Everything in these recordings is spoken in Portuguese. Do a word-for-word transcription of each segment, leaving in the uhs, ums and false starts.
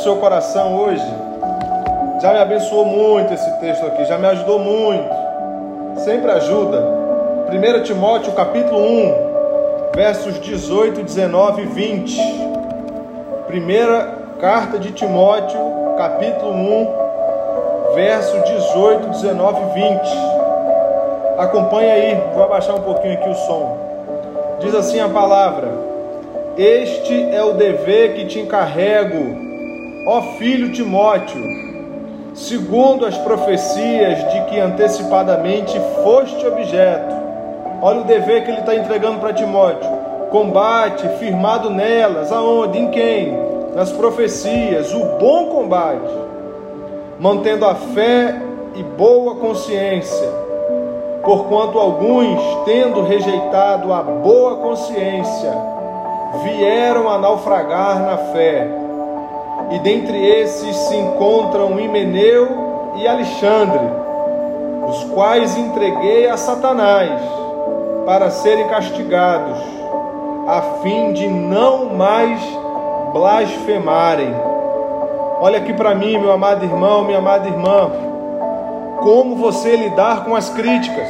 seu coração hoje. Já me abençoou muito esse texto aqui, já me ajudou muito. Sempre ajuda. primeiro Timóteo capítulo um, versos dezoito, dezenove e vinte. Primeira carta de Timóteo, capítulo um, verso dezoito, dezenove e vinte. Acompanha aí, vou abaixar um pouquinho aqui o som. Diz assim a palavra: Este é o dever que te encarrego, ó filho Timóteo, segundo as profecias de que antecipadamente foste objeto. Olha o dever que ele está entregando para Timóteo. Combate firmado nelas. Aonde? Em quem? Nas profecias. O bom combate, mantendo a fé e boa consciência. Porquanto alguns, tendo rejeitado a boa consciência, vieram a naufragar na fé. E dentre esses se encontram Himeneu e Alexandre, os quais entreguei a Satanás para serem castigados, a fim de não mais blasfemarem. Olha aqui para mim, meu amado irmão, minha amada irmã, como você lidar com as críticas.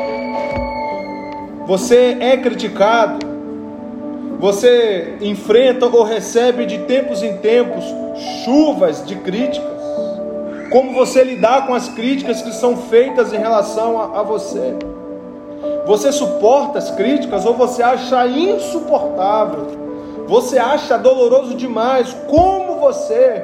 Você é criticado, você enfrenta ou recebe de tempos em tempos chuvas de críticas. Como você lidar com as críticas que são feitas em relação a, a você? Você suporta as críticas ou você acha insuportável? Você acha doloroso demais? Como você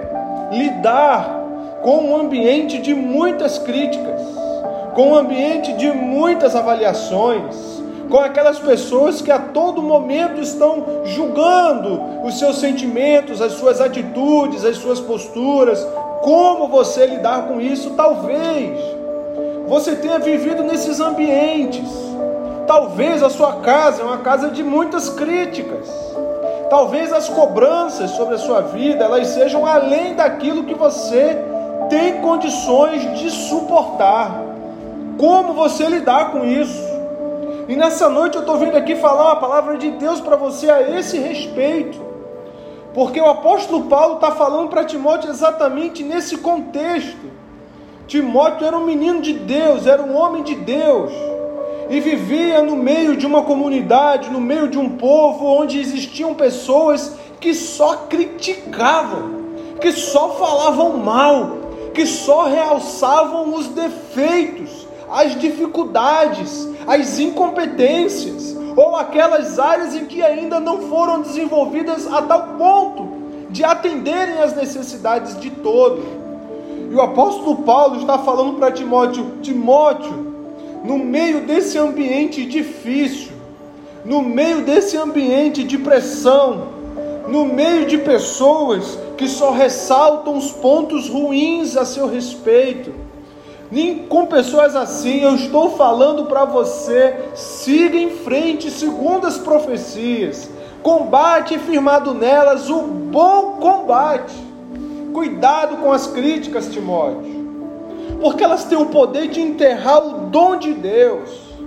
lidar com um ambiente de muitas críticas, com um ambiente de muitas avaliações, com aquelas pessoas que a todo momento estão julgando os seus sentimentos, as suas atitudes, as suas posturas? Como você lidar com isso? Talvez você tenha vivido nesses ambientes. Talvez a sua casa é uma casa de muitas críticas. Talvez as cobranças sobre a sua vida, elas sejam além daquilo que você tem condições de suportar. Como você lidar com isso? E nessa noite eu estou vindo aqui falar uma palavra de Deus para você a esse respeito, porque o apóstolo Paulo está falando para Timóteo exatamente nesse contexto. Timóteo era um menino de Deus, era um homem de Deus, e vivia no meio de uma comunidade, no meio de um povo onde existiam pessoas que só criticavam, que só falavam mal, que só realçavam os defeitos, as dificuldades, as incompetências, ou aquelas áreas em que ainda não foram desenvolvidas a tal ponto de atenderem às necessidades de todos. E o apóstolo Paulo está falando para Timóteo: Timóteo, no meio desse ambiente difícil, no meio desse ambiente de pressão, no meio de pessoas que só ressaltam os pontos ruins a seu respeito, nem com pessoas assim, eu estou falando para você: siga em frente segundo as profecias, combate firmado nelas o bom combate. Cuidado com as críticas, Timóteo, porque elas têm o poder de enterrar o dom de Deus.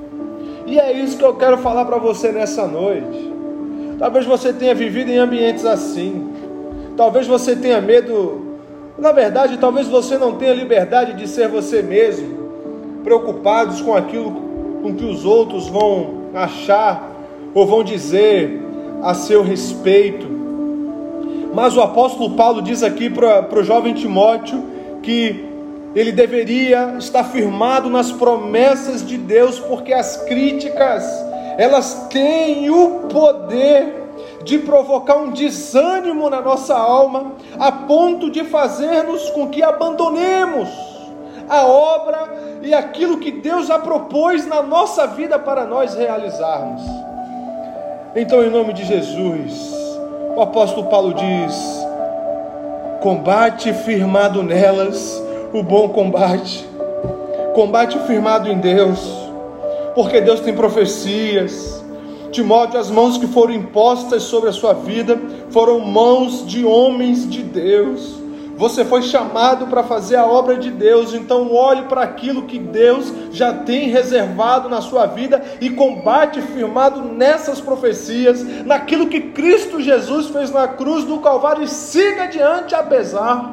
E é isso que eu quero falar para você nessa noite. Talvez você tenha vivido em ambientes assim. Talvez você tenha medo. Na verdade, talvez você não tenha liberdade de ser você mesmo, preocupados com aquilo com que os outros vão achar ou vão dizer a seu respeito. Mas o apóstolo Paulo diz aqui para o jovem Timóteo que ele deveria estar firmado nas promessas de Deus, porque as críticas, elas têm o poder de provocar um desânimo na nossa alma, a ponto de fazermos com que abandonemos a obra e aquilo que Deus já propôs na nossa vida para nós realizarmos. Então, em nome de Jesus, o apóstolo Paulo diz: combate firmado nelas o bom combate. Combate firmado em Deus, porque Deus tem profecias. Timóteo, as mãos que foram impostas sobre a sua vida foram mãos de homens de Deus, Você foi chamado para fazer a obra de Deus, então olhe para aquilo que Deus já tem reservado na sua vida e combate firmado nessas profecias, naquilo que Cristo Jesus fez na cruz do Calvário, e siga adiante apesar,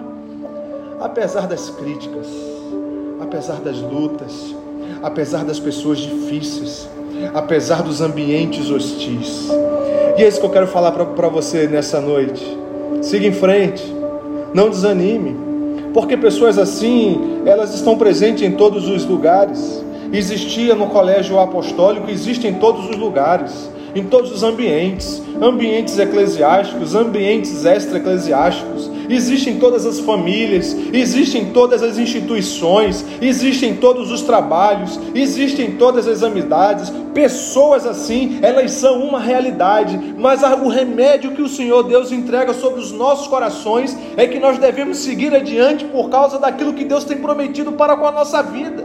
apesar das críticas, apesar das lutas, apesar das pessoas difíceis, apesar dos ambientes hostis. E é isso que eu quero falar para você nessa noite. Siga em frente. Não desanime, porque pessoas assim, elas estão presentes em todos os lugares. Existia no colégio apostólico, existe em todos os lugares, em todos os ambientes, ambientes eclesiásticos, ambientes extra-eclesiásticos, existem em todas as famílias, existem em todas as instituições, existem em todos os trabalhos, existem em todas as amizades. Pessoas assim, elas são uma realidade, mas o remédio que o Senhor Deus entrega sobre os nossos corações é que nós devemos seguir adiante por causa daquilo que Deus tem prometido para com a nossa vida.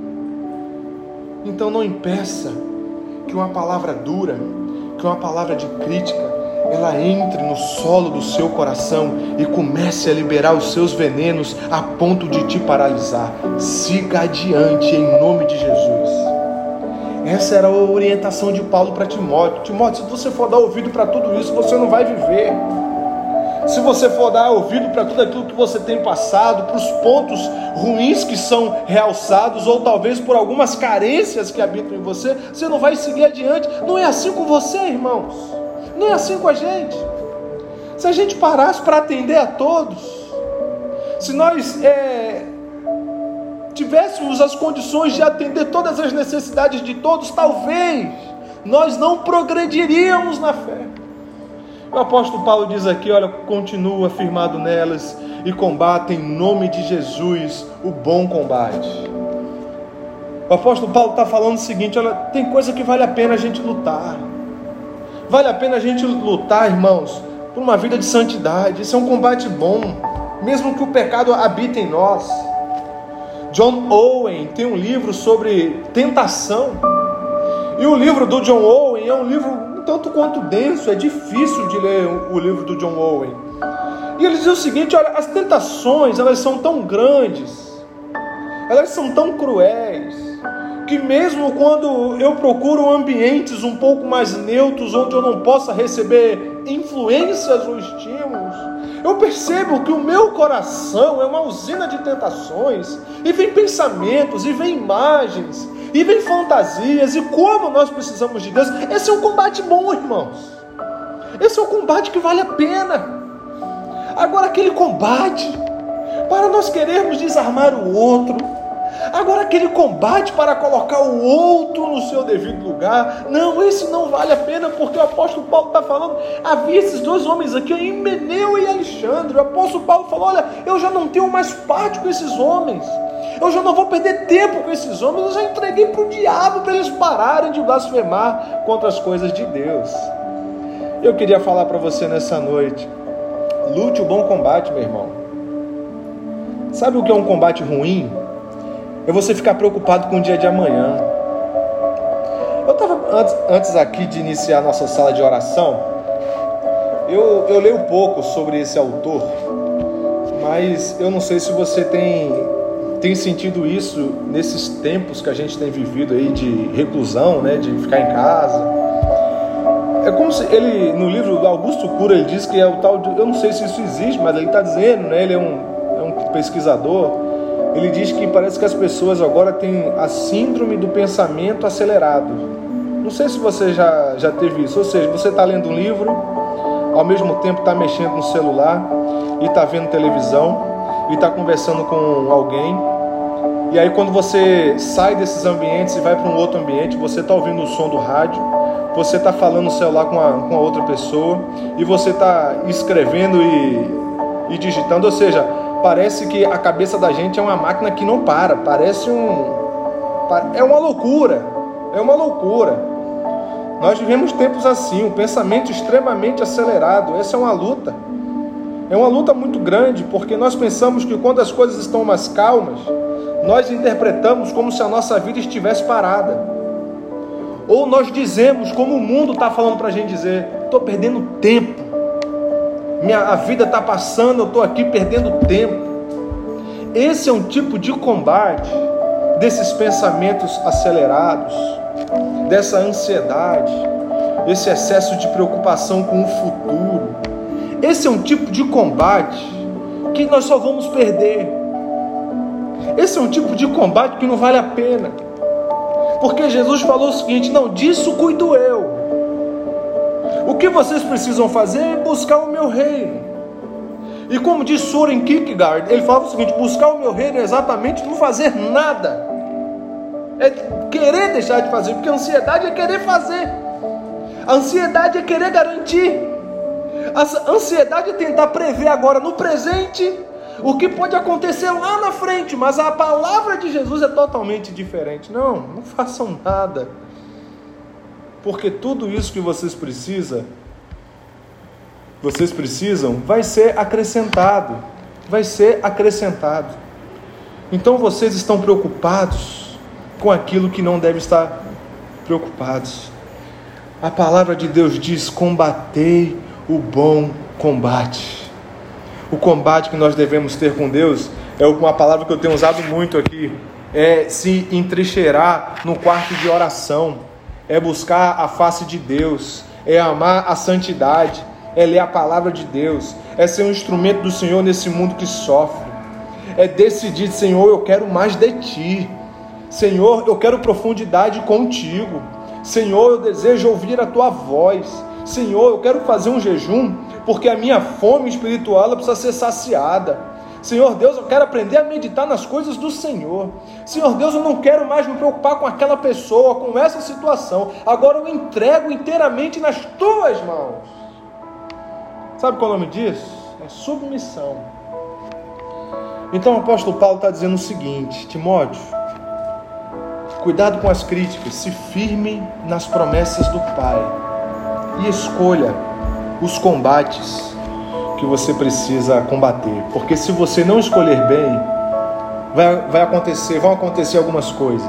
Então não impeça que uma palavra dura, que uma palavra de crítica, ela entre no solo do seu coração e comece a liberar os seus venenos a ponto de te paralisar. Siga adiante em nome de Jesus. Essa era a orientação de Paulo para Timóteo. Timóteo, se você for dar ouvido para tudo isso, você não vai viver. Se você for dar ouvido para tudo aquilo que você tem passado, para os pontos ruins que são realçados, ou talvez por algumas carências que habitam em você, você não vai seguir adiante. Não é assim com você, irmãos. Não é assim com a gente. Se a gente parasse para atender a todos, se nós é, tivéssemos as condições de atender todas as necessidades de todos, talvez nós não progrediríamos na fé. O apóstolo Paulo diz aqui, olha, continua firmado nelas e combate em nome de Jesus o bom combate. O apóstolo Paulo está falando o seguinte, olha, tem coisa que vale a pena a gente lutar. Vale a pena a gente lutar, irmãos, por uma vida de santidade. Isso é um combate bom, mesmo que o pecado habite em nós. John Owen tem um livro sobre tentação. E o livro do John Owen é um livro tanto quanto denso, é difícil de ler o livro do John Owen. E ele diz o seguinte, olha, as tentações, elas são tão grandes, elas são tão cruéis, que mesmo quando eu procuro ambientes um pouco mais neutros, onde eu não possa receber influências ou estímulos, eu percebo que o meu coração é uma usina de tentações, e vem pensamentos, e vem imagens, e vem fantasias, e como nós precisamos de Deus. Esse é um combate bom, irmãos. Esse é um combate que vale a pena. Agora aquele combate para nós querermos desarmar o outro, agora aquele combate para colocar o outro no seu devido lugar, não, esse não vale a pena, porque o apóstolo Paulo está falando, havia esses dois homens aqui, Himeneu e Alexandre. O apóstolo Paulo falou, olha, eu já não tenho mais parte com esses homens, eu já não vou perder tempo com esses homens, eu já entreguei para o diabo para eles pararem de blasfemar contra as coisas de Deus. Eu queria falar para você nessa noite, lute o bom combate, meu irmão. Sabe o que é um combate ruim? É você ficar preocupado com o dia de amanhã. Eu estava, antes, antes aqui de iniciar a nossa sala de oração, eu, eu leio pouco sobre esse autor, mas eu não sei se você tem, tem sentido isso nesses tempos que a gente tem vivido aí de reclusão, né, de ficar em casa. É como se ele, no livro do Augusto Cury, ele diz que é o tal de, eu não sei se isso existe, mas ele está dizendo, né, ele é um, é um pesquisador. Ele diz que parece que as pessoas agora têm a síndrome do pensamento acelerado. Não sei se você já, já teve isso. Ou seja, você está lendo um livro, ao mesmo tempo está mexendo no celular, e está vendo televisão, e está conversando com alguém. E aí quando você sai desses ambientes e vai para um outro ambiente, você está ouvindo o som do rádio, você está falando no celular com a, com a outra pessoa, e você está escrevendo e, e digitando. Ou seja, parece que a cabeça da gente é uma máquina que não para, parece um... é uma loucura, é uma loucura. Nós vivemos tempos assim, um pensamento extremamente acelerado. Essa é uma luta, é uma luta muito grande, porque nós pensamos que quando as coisas estão mais calmas, nós interpretamos como se a nossa vida estivesse parada, ou nós dizemos como o mundo está falando para a gente dizer, estou perdendo tempo, minha, a vida está passando, eu estou aqui perdendo tempo. Esse é um tipo de combate desses pensamentos acelerados, dessa ansiedade, esse excesso de preocupação com o futuro. Esse é um tipo de combate que nós só vamos perder. Esse é um tipo de combate que não vale a pena. Porque Jesus falou o seguinte: não, disso cuido eu. O que vocês precisam fazer é buscar o meu reino. E como diz Søren Kierkegaard, ele falava o seguinte: buscar o meu reino é exatamente não fazer nada. É querer deixar de fazer, porque a ansiedade é querer fazer. A ansiedade é querer garantir. A ansiedade é tentar prever agora no presente o que pode acontecer lá na frente, mas a palavra de Jesus é totalmente diferente. Não, não façam nada, porque tudo isso que vocês precisam, vocês precisam, vai ser acrescentado, vai ser acrescentado. Então vocês estão preocupados com aquilo que não deve estar preocupados. A palavra de Deus diz: combatei o bom combate. O combate que nós devemos ter com Deus é uma palavra que eu tenho usado muito aqui, é se entrincheirar no quarto de oração, é buscar a face de Deus, é amar a santidade, é ler a palavra de Deus, é ser um instrumento do Senhor nesse mundo que sofre, é decidir: Senhor, eu quero mais de Ti, Senhor, eu quero profundidade contigo, Senhor, eu desejo ouvir a Tua voz, Senhor, eu quero fazer um jejum, porque a minha fome espiritual ela precisa ser saciada. Senhor Deus, eu quero aprender a meditar nas coisas do Senhor. Senhor Deus, eu não quero mais me preocupar com aquela pessoa, com essa situação. Agora eu entrego inteiramente nas Tuas mãos. Sabe qual é o nome disso? É submissão. Então o apóstolo Paulo está dizendo o seguinte: Timóteo, cuidado com as críticas, se firme nas promessas do Pai e escolha os combates que você precisa combater, porque se você não escolher bem, vai, vai acontecer, vão acontecer algumas coisas.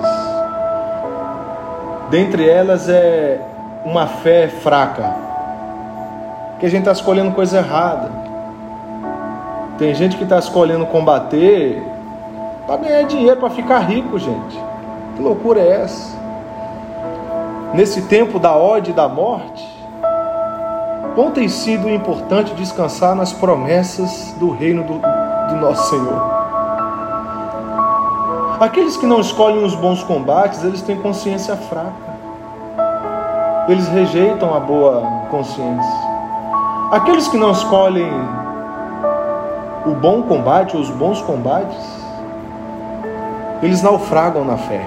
Dentre elas é uma fé fraca, que a gente está escolhendo coisa errada. Tem gente que está escolhendo combater para ganhar dinheiro, para ficar rico, gente. Que loucura é essa? Nesse tempo da ódio e da morte, bom tem sido importante descansar nas promessas do reino do, do nosso Senhor. Aqueles que não escolhem os bons combates, eles têm consciência fraca. Eles rejeitam a boa consciência. Aqueles que não escolhem o bom combate ou os bons combates, eles naufragam na fé.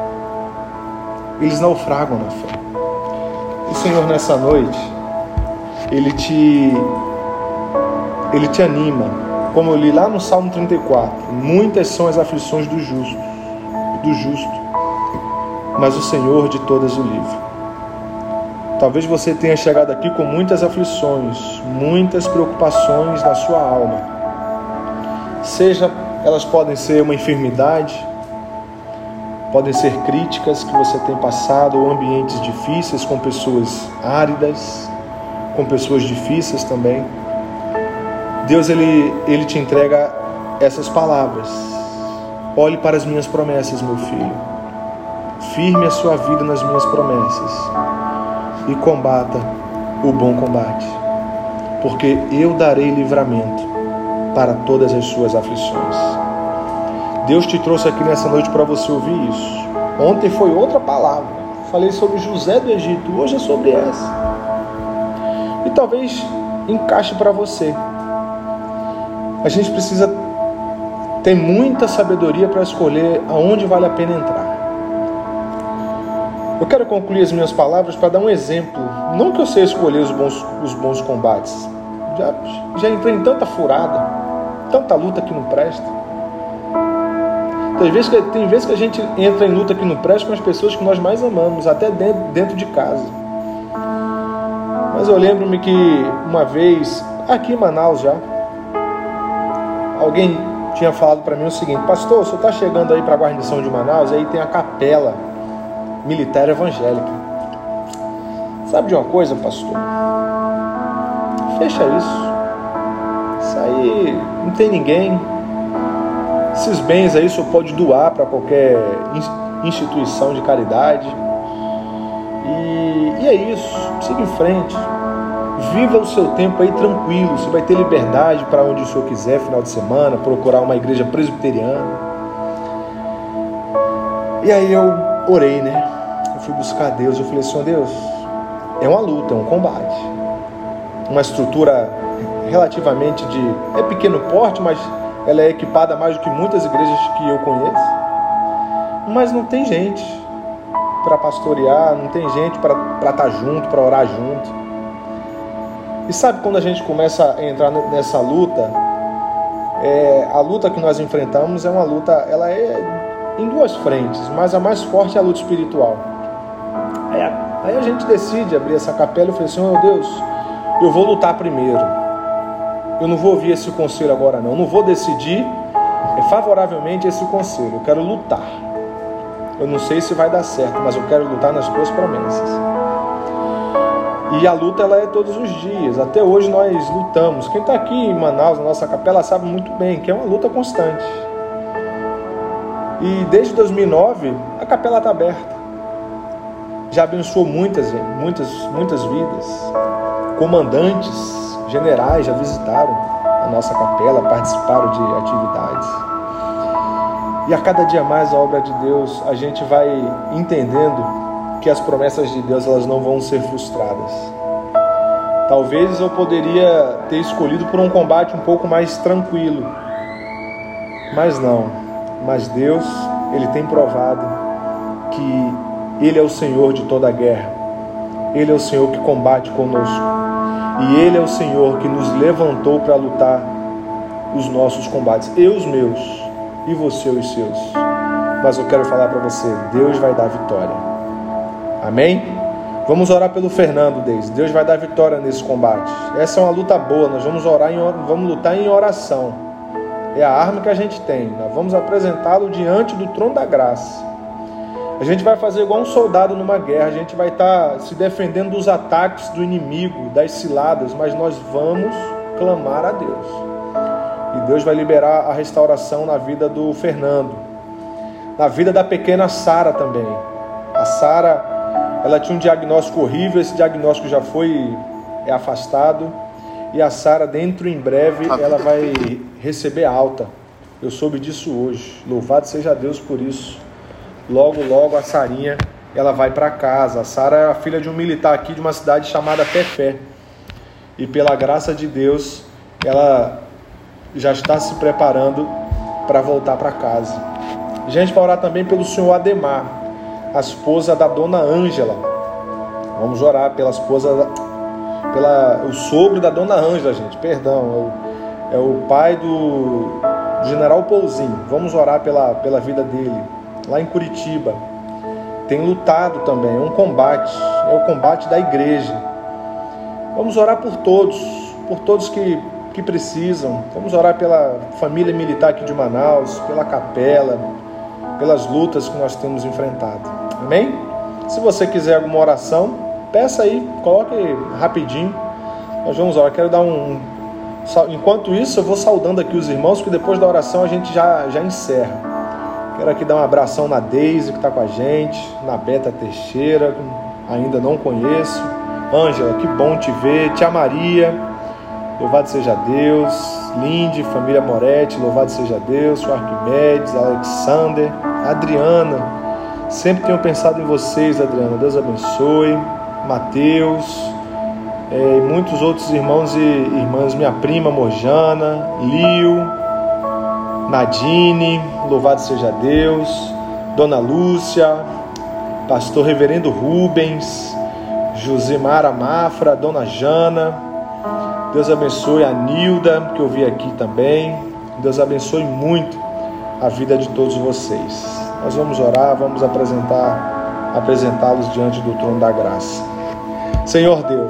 Eles naufragam na fé. O Senhor nessa noite, Ele te, Ele te anima, como eu li lá no Salmo trinta e quatro, muitas são as aflições do justo, do justo, mas o Senhor de todas o livra. Talvez você tenha chegado aqui com muitas aflições, muitas preocupações na sua alma. Seja, elas podem ser uma enfermidade, podem ser críticas que você tem passado, ou ambientes difíceis com pessoas áridas, com pessoas difíceis também. Deus ele, ele te entrega essas palavras: olhe para as minhas promessas, meu filho, firme a sua vida nas minhas promessas e combata o bom combate, porque eu darei livramento para todas as suas aflições. Deus te trouxe aqui nessa noite para você ouvir isso. Ontem foi outra palavra, falei sobre José do Egito, hoje é sobre essa. E talvez encaixe para você. A gente precisa ter muita sabedoria para escolher aonde vale a pena entrar. Eu quero concluir as minhas palavras para dar um exemplo. Não que eu sei escolher os bons, os bons combates. Já, já entrei em tanta furada, tanta luta que não presta. Tem vezes, que, tem vezes que a gente entra em luta que não presta com as pessoas que nós mais amamos, até dentro, dentro de casa. Mas eu lembro-me que uma vez, aqui em Manaus já, alguém tinha falado para mim o seguinte: pastor, o senhor está chegando aí para a guarnição de Manaus, aí tem a capela militar evangélica. Sabe de uma coisa, pastor? Fecha isso. Isso aí não tem ninguém. Esses bens aí só pode doar para qualquer instituição de caridade. E, e é isso, siga em frente. Viva o seu tempo aí tranquilo. Você vai ter liberdade para onde o senhor quiser, final de semana, procurar uma igreja presbiteriana. E aí eu orei, né? Eu fui buscar Deus. Eu falei, Senhor Deus, é uma luta, é um combate. Uma estrutura relativamente de... é pequeno porte, mas ela é equipada mais do que muitas igrejas que eu conheço. Mas não tem gente para pastorear, não tem gente para estar junto, para orar junto. E sabe quando a gente começa a entrar nessa luta, é, a luta que nós enfrentamos é uma luta, ela é em duas frentes, mas a mais forte é a luta espiritual. Aí a, aí a gente decide abrir essa capela e falar, Senhor Deus, eu vou lutar primeiro. Eu não vou ouvir esse conselho agora não, eu não vou decidir é, favoravelmente esse conselho, eu quero lutar. Eu não sei se vai dar certo, mas eu quero lutar nas tuas promessas. E a luta ela é todos os dias. Até hoje nós lutamos. Quem está aqui em Manaus, na nossa capela, sabe muito bem que é uma luta constante. E desde dois mil e nove a capela está aberta. Já abençoou muitas, muitas, muitas vidas. Comandantes, generais já visitaram a nossa capela, participaram de atividades. E a cada dia mais a obra de Deus, a gente vai entendendo que as promessas de Deus elas não vão ser frustradas. Talvez eu poderia ter escolhido por um combate um pouco mais tranquilo, mas não. Mas Deus, Ele tem provado que Ele é o Senhor de toda a guerra. Ele é o Senhor que combate conosco. E Ele é o Senhor que nos levantou para lutar os nossos combates. Eu os meus e você os seus. Mas eu quero falar para você, Deus vai dar vitória. Amém? Vamos orar pelo Fernando, Deise. Deus vai dar vitória nesse combate. Essa é uma luta boa. Nós vamos orar, em, vamos lutar em oração. É a arma que a gente tem. Nós vamos apresentá-lo diante do trono da graça. A gente vai fazer igual um soldado numa guerra. A gente vai estar se defendendo dos ataques do inimigo, das ciladas, mas nós vamos clamar a Deus. E Deus vai liberar a restauração na vida do Fernando, na vida da pequena Sara também. A Sara, ela tinha um diagnóstico horrível, esse diagnóstico já foi é afastado. E a Sara, dentro em breve, ela vai receber alta. Eu soube disso hoje. Louvado seja Deus por isso. Logo, logo a Sarinha, ela vai para casa. A Sara é a filha de um militar aqui de uma cidade chamada Tefé. E pela graça de Deus, ela já está se preparando para voltar para casa. A gente vai orar também pelo senhor Ademar, a esposa da dona Ângela. Vamos orar pela esposa, da, pela, o sogro da dona Ângela, gente, perdão, é o, é o pai do, do general Pouzinho. Vamos orar pela, pela vida dele, lá em Curitiba. Tem lutado também, é um combate, é o combate da igreja. Vamos orar por todos, por todos que, que precisam. Vamos orar pela família militar aqui de Manaus, pela capela, pelas lutas que nós temos enfrentado. Amém? Se você quiser alguma oração, peça aí, coloque rapidinho. Nós vamos orar. Quero dar um... Enquanto isso, eu vou saudando aqui os irmãos, que depois da oração a gente já, já encerra. Quero aqui dar um abração na Deise, que está com a gente, na Beta Teixeira, ainda não conheço. Ângela, que bom te ver. Tia Maria, louvado seja Deus. Linde, família Moretti, louvado seja Deus. O Arquimedes, Alexander, Adriana, sempre tenho pensado em vocês, Adriana, Deus abençoe. Mateus, é, e muitos outros irmãos e irmãs, minha prima Morjana, Lio, Nadine, louvado seja Deus. Dona Lúcia, pastor reverendo Rubens, Josimara Mafra, Dona Jana, Deus abençoe a Nilda, que eu vi aqui também. Deus abençoe muito a vida de todos vocês. Nós vamos orar, vamos apresentar, apresentá-los diante do trono da graça. Senhor Deus,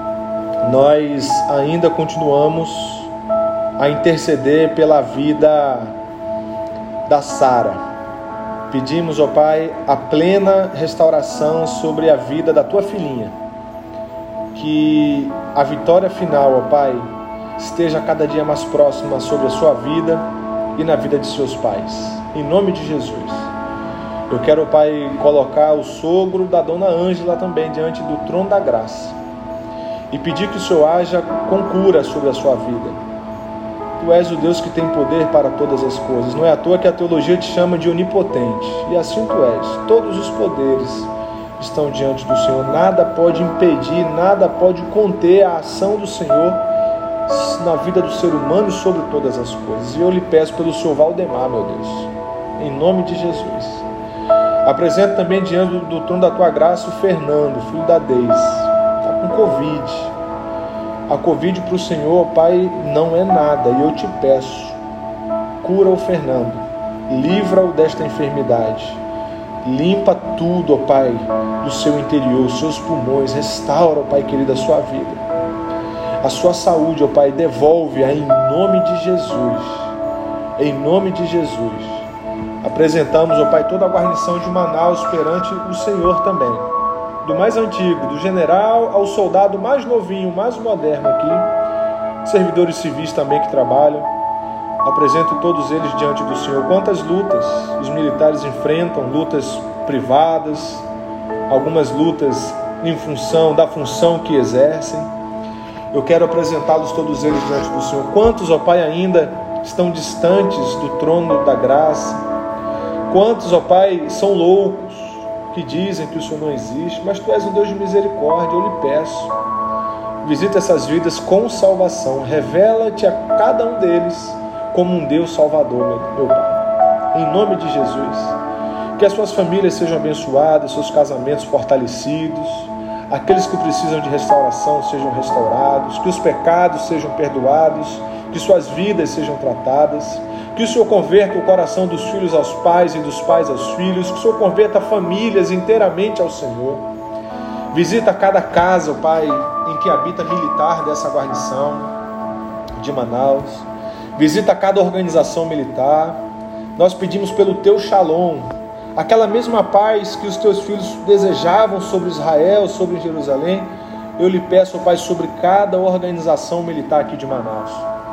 nós ainda continuamos a interceder pela vida da Sara. Pedimos, ó Pai, a plena restauração sobre a vida da tua filhinha. Que a vitória final, ó Pai, esteja cada dia mais próxima sobre a sua vida e na vida de seus pais. Em nome de Jesus. Eu quero, Pai, colocar o sogro da dona Ângela também diante do trono da graça e pedir que o Senhor haja com cura sobre a sua vida. Tu és o Deus que tem poder para todas as coisas. Não é à toa que a teologia te chama de onipotente. E assim tu és. Todos os poderes estão diante do Senhor. Nada pode impedir, nada pode conter a ação do Senhor na vida do ser humano e sobre todas as coisas. E eu lhe peço pelo Senhor Valdemar, meu Deus, em nome de Jesus. Apresento também diante do, do trono da tua graça o Fernando, filho da Deise. Está com Covid. A Covid para o Senhor, Pai, não é nada. E eu te peço, cura o Fernando. Livra-o desta enfermidade. Limpa tudo, ó Pai, do seu interior, os seus pulmões. Restaura, ó Pai querido, a sua vida. A sua saúde, ó Pai, devolve-a em nome de Jesus. Em nome de Jesus. Apresentamos, ó Pai, toda a guarnição de Manaus perante o Senhor também. Do mais antigo, do general ao soldado mais novinho, mais moderno aqui. Servidores civis também que trabalham. Apresento todos eles diante do Senhor. Quantas lutas os militares enfrentam, lutas privadas, algumas lutas em função da função que exercem. Eu quero apresentá-los todos eles diante do Senhor. Quantos, ó Pai, ainda estão distantes do trono da graça? Quantos, ó Pai, são loucos, que dizem que o Senhor não existe, mas Tu és um Deus de misericórdia. Eu lhe peço, visita essas vidas com salvação. Revela-te a cada um deles como um Deus salvador, meu, meu Pai. Em nome de Jesus. Que as suas famílias sejam abençoadas, seus casamentos fortalecidos. Aqueles que precisam de restauração sejam restaurados, que os pecados sejam perdoados, que suas vidas sejam tratadas, que o Senhor converta o coração dos filhos aos pais e dos pais aos filhos, que o Senhor converta famílias inteiramente ao Senhor. Visita cada casa, Pai, em que habita militar dessa guarnição de Manaus. Visita cada organização militar. Nós pedimos pelo Teu Shalom, aquela mesma paz que os Teus filhos desejavam sobre Israel, sobre Jerusalém. Eu lhe peço, Pai, sobre cada organização militar aqui de Manaus.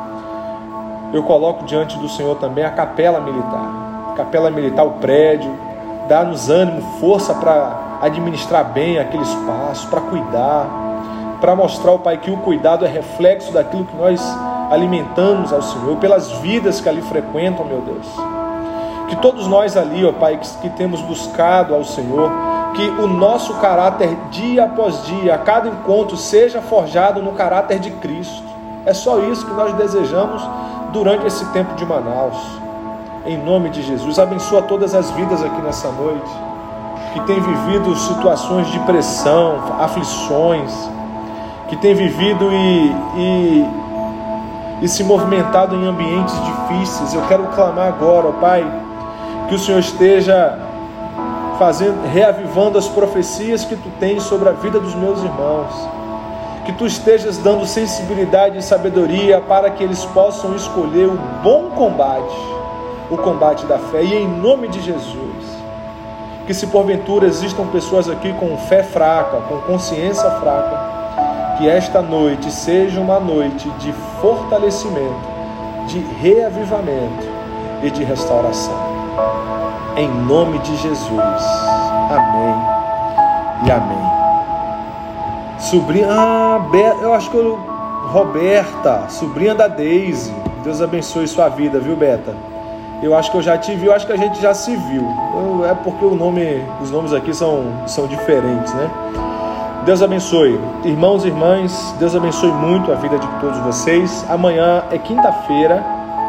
Eu coloco diante do Senhor também a capela militar. Capela militar, o prédio. Dá-nos ânimo, força para administrar bem aquele espaço, para cuidar, para mostrar, Pai, que o cuidado é reflexo daquilo que nós alimentamos ao Senhor, pelas vidas que ali frequentam, meu Deus. Que todos nós ali, ó Pai, que, que temos buscado ao Senhor, que o nosso caráter dia após dia, a cada encontro, seja forjado no caráter de Cristo. É só isso que nós desejamos durante esse tempo de Manaus. Em nome de Jesus, abençoa todas as vidas aqui nessa noite, que tem vivido situações de pressão, aflições, que tem vivido e, e, e se movimentado em ambientes difíceis. Eu quero clamar agora, ó Pai, que o Senhor esteja fazendo, reavivando as profecias que Tu tens sobre a vida dos meus irmãos. Que Tu estejas dando sensibilidade e sabedoria para que eles possam escolher o bom combate, o combate da fé. E em nome de Jesus, que se porventura existam pessoas aqui com fé fraca, com consciência fraca, que esta noite seja uma noite de fortalecimento, de reavivamento e de restauração. Em nome de Jesus. Amém e amém. Sobrinha, ah, Be... eu acho que eu... Roberta, sobrinha da Deise. Deus abençoe sua vida, viu, Beta? Eu acho que eu já te vi, eu acho que a gente já se viu. Eu... É porque o nome, os nomes aqui são, são diferentes, né? Deus abençoe. Irmãos e irmãs, Deus abençoe muito a vida de todos vocês. Amanhã é quinta-feira,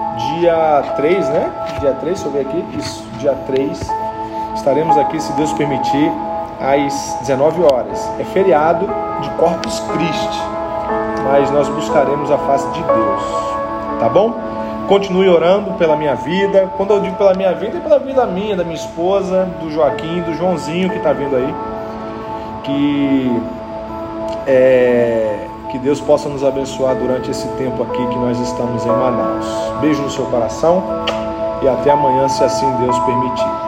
dia três, né? Dia três, deixa eu ver aqui. Isso, dia três. Estaremos aqui, se Deus permitir, às dezenove horas. É feriado de Corpus Christi, mas nós buscaremos a face de Deus, tá bom? Continue orando pela minha vida. Quando eu digo pela minha vida, é pela vida minha, da minha esposa, do Joaquim, do Joãozinho que está vindo aí. Que, é, que Deus possa nos abençoar durante esse tempo aqui que nós estamos em Manaus. Beijo no seu coração e até amanhã, se assim Deus permitir.